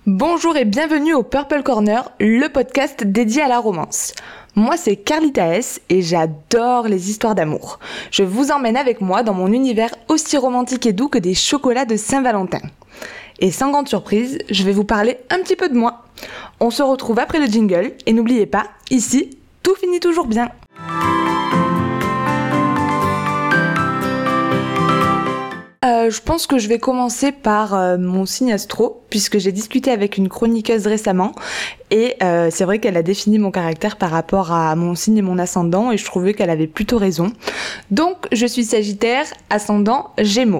Bonjour et bienvenue au Purple Corner, le podcast dédié à la romance. Moi c'est Carlita S et j'adore les histoires d'amour. Je vous emmène avec moi dans mon univers aussi romantique et doux que des chocolats de Saint-Valentin. Et sans grande surprise, je vais vous parler un petit peu de moi. On se retrouve après le jingle et n'oubliez pas, ici, tout finit toujours bien. Je pense que je vais commencer par mon signe astro, puisque j'ai discuté avec une chroniqueuse récemment, et c'est vrai qu'elle a défini mon caractère par rapport à mon signe et mon ascendant, et je trouvais qu'elle avait plutôt raison. Donc, je suis Sagittaire, ascendant Gémeaux.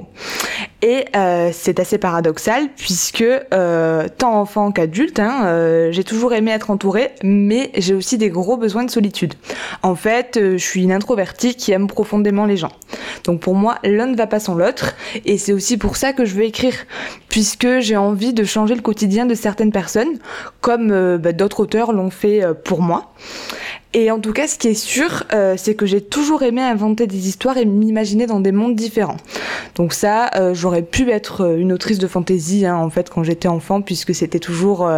Et c'est assez paradoxal, puisque tant enfant qu'adulte, j'ai toujours aimé être entourée, mais j'ai aussi des gros besoins de solitude. En fait, je suis une introvertie qui aime profondément les gens. Donc pour moi, l'un ne va pas sans l'autre, et c'est aussi pour ça que je veux écrire, puisque j'ai envie de changer le quotidien de certaines personnes, comme d'autres auteurs l'ont fait pour moi. Et en tout cas, ce qui est sûr, c'est que j'ai toujours aimé inventer des histoires et m'imaginer dans des mondes différents. Donc ça, j'aurais pu être une autrice de fantasy, en fait, quand j'étais enfant, puisque c'était toujours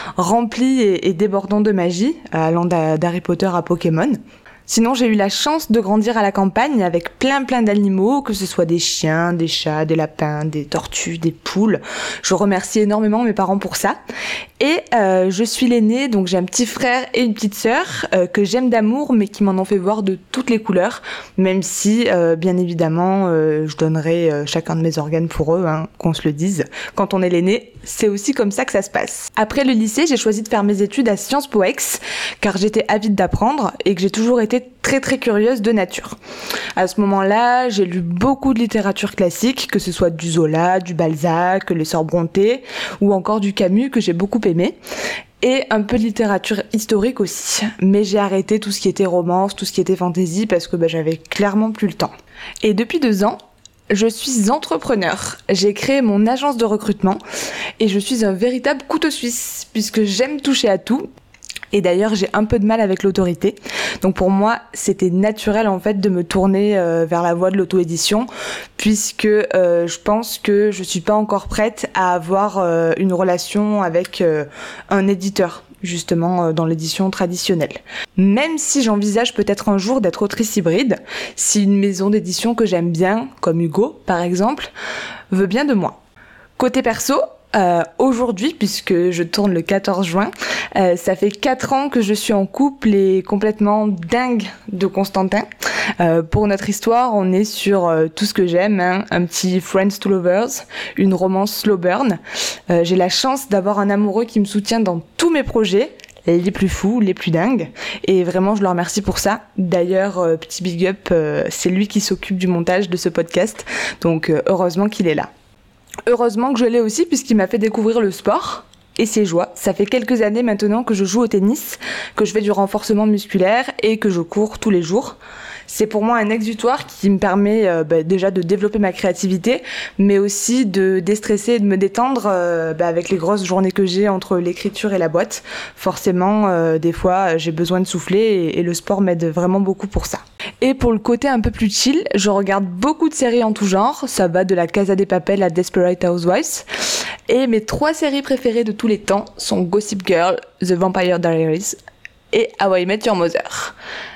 rempli et débordant de magie, allant d'Harry Potter à Pokémon. Sinon, j'ai eu la chance de grandir à la campagne avec plein d'animaux, que ce soit des chiens, des chats, des lapins, des tortues, des poules. Je remercie énormément mes parents pour ça. Et je suis l'aînée, donc j'ai un petit frère et une petite sœur que j'aime d'amour, mais qui m'en ont fait voir de toutes les couleurs, même si, bien évidemment, je donnerai chacun de mes organes pour eux, qu'on se le dise. Quand on est l'aîné, c'est aussi comme ça que ça se passe. Après le lycée, j'ai choisi de faire mes études à Sciences Po Ex, car j'étais avide d'apprendre et que j'ai toujours été très curieuse de nature. À ce moment-là, j'ai lu beaucoup de littérature classique, que ce soit du Zola, du Balzac, les Sœurs Brontë, ou encore du Camus, que j'ai beaucoup aimé. Et un peu de littérature historique aussi. Mais j'ai arrêté tout ce qui était romance, tout ce qui était fantasy, parce que j'avais clairement plus le temps. Et depuis 2 ans, je suis entrepreneur. J'ai créé mon agence de recrutement et je suis un véritable couteau suisse, puisque j'aime toucher à tout. Et d'ailleurs, j'ai un peu de mal avec l'autorité. Donc pour moi, c'était naturel en fait de me tourner vers la voie de l'auto-édition, puisque je pense que je suis pas encore prête à avoir une relation avec un éditeur, justement dans l'édition traditionnelle. Même si j'envisage peut-être un jour d'être autrice hybride, si une maison d'édition que j'aime bien, comme Hugo par exemple, veut bien de moi. Côté perso, aujourd'hui, puisque je tourne le 14 juin, ça fait 4 ans que je suis en couple et complètement dingue de Constantin. Pour notre histoire, on est sur tout ce que j'aime, un petit Friends to Lovers, une romance slow burn. J'ai la chance d'avoir un amoureux qui me soutient dans tous mes projets, les plus fous, les plus dingues, et vraiment je le remercie pour ça. D'ailleurs, petit big up, c'est lui qui s'occupe du montage de ce podcast, donc heureusement qu'il est là. Heureusement que je l'ai aussi, puisqu'il m'a fait découvrir le sport et ses joies. Ça fait quelques années maintenant que je joue au tennis, que je fais du renforcement musculaire et que je cours tous les jours. C'est pour moi un exutoire qui me permet déjà de développer ma créativité, mais aussi de déstresser et de me détendre avec les grosses journées que j'ai entre l'écriture et la boîte. Forcément, des fois, j'ai besoin de souffler et le sport m'aide vraiment beaucoup pour ça. Et pour le côté un peu plus chill, je regarde beaucoup de séries en tout genre. Ça va de la Casa de Papel à Desperate Housewives. Et mes 3 séries préférées de tous les temps sont Gossip Girl, The Vampire Diaries et How I Met Your Mother.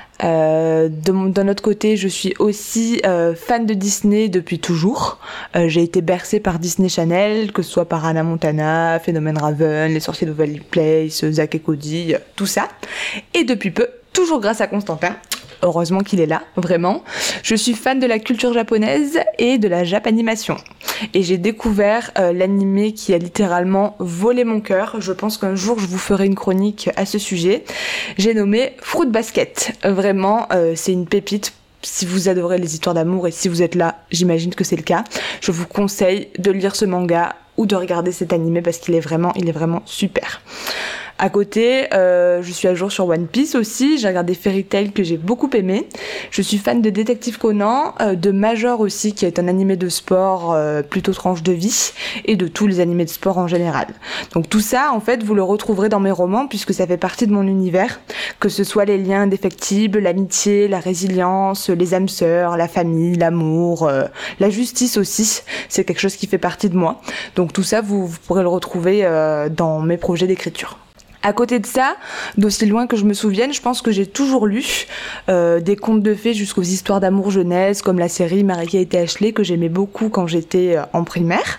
D'un autre côté, je suis aussi fan de Disney depuis toujours. J'ai été bercée par Disney Channel, que ce soit par Hannah Montana, Phénomène Raven, Les Sorciers de Waverly Place, Zack et Cody, tout ça. Et depuis peu, toujours grâce à Constantin. Heureusement qu'il est là, vraiment. Je suis fan de la culture japonaise et de la japanimation. Et j'ai découvert l'animé qui a littéralement volé mon cœur. Je pense qu'un jour, je vous ferai une chronique à ce sujet. J'ai nommé Fruit Basket. Vraiment, c'est une pépite. Si vous adorez les histoires d'amour et si vous êtes là, j'imagine que c'est le cas. Je vous conseille de lire ce manga ou de regarder cet animé parce qu'il est vraiment super. À côté, je suis à jour sur One Piece aussi, j'ai regardé Fairy Tail que j'ai beaucoup aimé. Je suis fan de Détective Conan, de Major aussi qui est un animé de sport plutôt tranche de vie, et de tous les animés de sport en général. Donc tout ça, en fait, vous le retrouverez dans mes romans puisque ça fait partie de mon univers, que ce soit les liens indéfectibles, l'amitié, la résilience, les âmes sœurs, la famille, l'amour, la justice aussi, c'est quelque chose qui fait partie de moi. Donc tout ça, vous pourrez le retrouver dans mes projets d'écriture. À côté de ça, d'aussi loin que je me souvienne, je pense que j'ai toujours lu des contes de fées jusqu'aux histoires d'amour jeunesse, comme la série Mary-Kate et Ashley, que j'aimais beaucoup quand j'étais en primaire.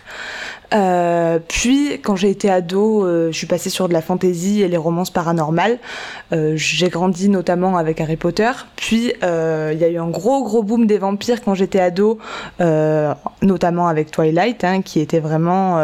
Puis quand j'ai été ado, je suis passée sur de la fantasy et les romances paranormales. J'ai grandi notamment avec Harry Potter. Puis il y a eu un gros boom des vampires quand j'étais ado, notamment avec Twilight, qui était vraiment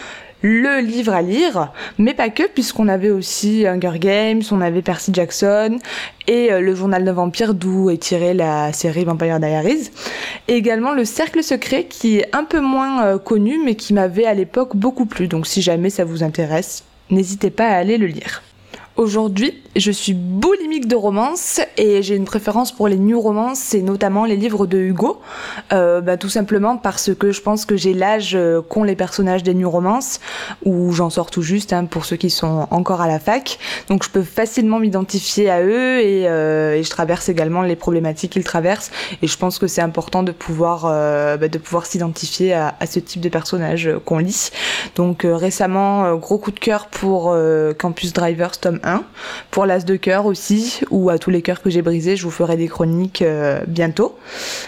le livre à lire, mais pas que, puisqu'on avait aussi Hunger Games, on avait Percy Jackson et le journal d'un vampire, d'où est tirée la série Vampire Diaries. Et également le Cercle Secret, qui est un peu moins connu, mais qui m'avait à l'époque beaucoup plu. Donc si jamais ça vous intéresse, n'hésitez pas à aller le lire. Aujourd'hui, je suis boulimique de romance et j'ai une préférence pour les new romances et notamment les livres de Hugo. Tout simplement parce que je pense que j'ai l'âge qu'ont les personnages des new romances, où j'en sors tout juste pour ceux qui sont encore à la fac. Donc je peux facilement m'identifier à eux et je traverse également les problématiques qu'ils traversent. Et je pense que c'est important de pouvoir s'identifier à ce type de personnages qu'on lit. Donc récemment, gros coup de cœur pour Campus Drivers tome 1, pour l'As de cœur aussi, ou à tous les cœurs que j'ai brisés, je vous ferai des chroniques bientôt.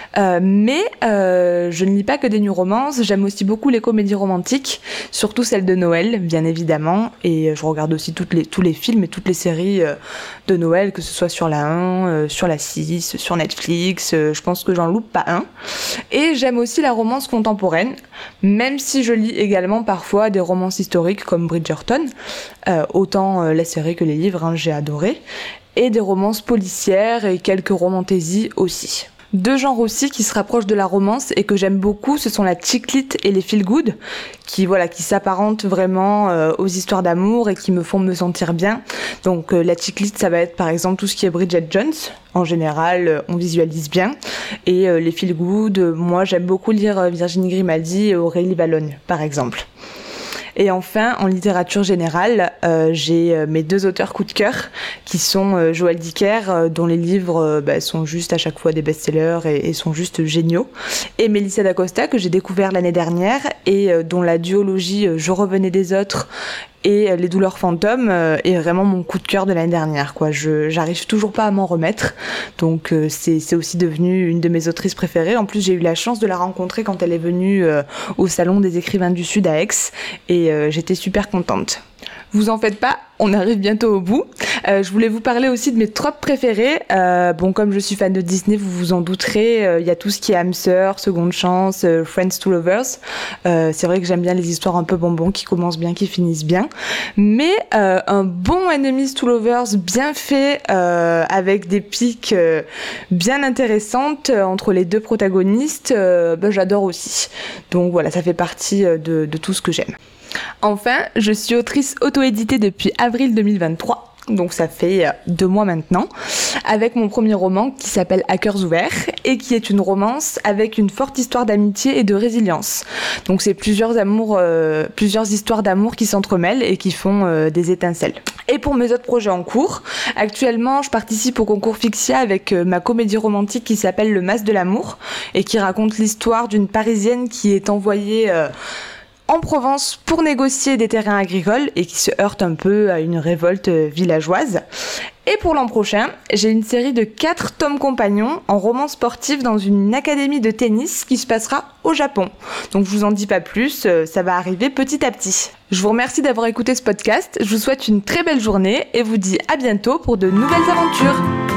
Mais je ne lis pas que des new romances, j'aime aussi beaucoup les comédies romantiques, surtout celles de Noël, bien évidemment, et je regarde aussi tous les films et toutes les séries de Noël, que ce soit sur la 1, sur la 6, sur Netflix, je pense que j'en loupe pas un. Et j'aime aussi la romance contemporaine, même si je lis également parfois des romances historiques comme Bridgerton, autant la série que les livres, j'ai adoré, et des romances policières et quelques romantésies aussi. Deux genres aussi qui se rapprochent de la romance et que j'aime beaucoup, ce sont la chick lit et les feel good, qui s'apparentent vraiment aux histoires d'amour et qui me font me sentir bien. Donc la chick lit, ça va être par exemple tout ce qui est Bridget Jones. En général, on visualise bien. Et les feel good, moi j'aime beaucoup lire Virginie Grimaldi et Aurélie Valognes, par exemple. Et enfin, en littérature générale, j'ai mes deux auteurs coup de cœur, qui sont Joël Dicker, dont les livres sont juste à chaque fois des best-sellers et sont juste géniaux, et Mélissa d'Acosta, que j'ai découvert l'année dernière, et dont la duologie Je revenais des autres et Les douleurs fantômes est vraiment mon coup de cœur de l'année dernière, quoi. J'arrive toujours pas à m'en remettre, donc c'est aussi devenu une de mes autrices préférées. En plus, j'ai eu la chance de la rencontrer quand elle est venue au Salon des écrivains du Sud à Aix, et j'étais super contente. Vous en faites pas, on arrive bientôt au bout. Je voulais vous parler aussi de mes tropes préférés. Comme je suis fan de Disney, vous vous en douterez, y a tout ce qui est âme sœur, seconde chance, Friends to Lovers. C'est vrai que j'aime bien les histoires un peu bonbons qui commencent bien, qui finissent bien. Mais un bon Enemies to Lovers bien fait, avec des piques bien intéressantes entre les deux protagonistes, j'adore aussi. Donc voilà, ça fait partie de tout ce que j'aime. Enfin, je suis autrice auto-éditée depuis avril 2023, donc ça fait 2 mois maintenant, avec mon premier roman qui s'appelle À cœurs ouverts et qui est une romance avec une forte histoire d'amitié et de résilience. Donc c'est plusieurs histoires d'amour qui s'entremêlent et qui font des étincelles. Et pour mes autres projets en cours, actuellement je participe au concours Fixia avec ma comédie romantique qui s'appelle Le Mas de l'amour et qui raconte l'histoire d'une Parisienne qui est envoyée en Provence pour négocier des terrains agricoles et qui se heurte un peu à une révolte villageoise. Et pour l'an prochain, j'ai une série de 4 tomes compagnons en roman sportif dans une académie de tennis qui se passera au Japon. Donc je vous en dis pas plus, ça va arriver petit à petit. Je vous remercie d'avoir écouté ce podcast, je vous souhaite une très belle journée et vous dis à bientôt pour de nouvelles aventures.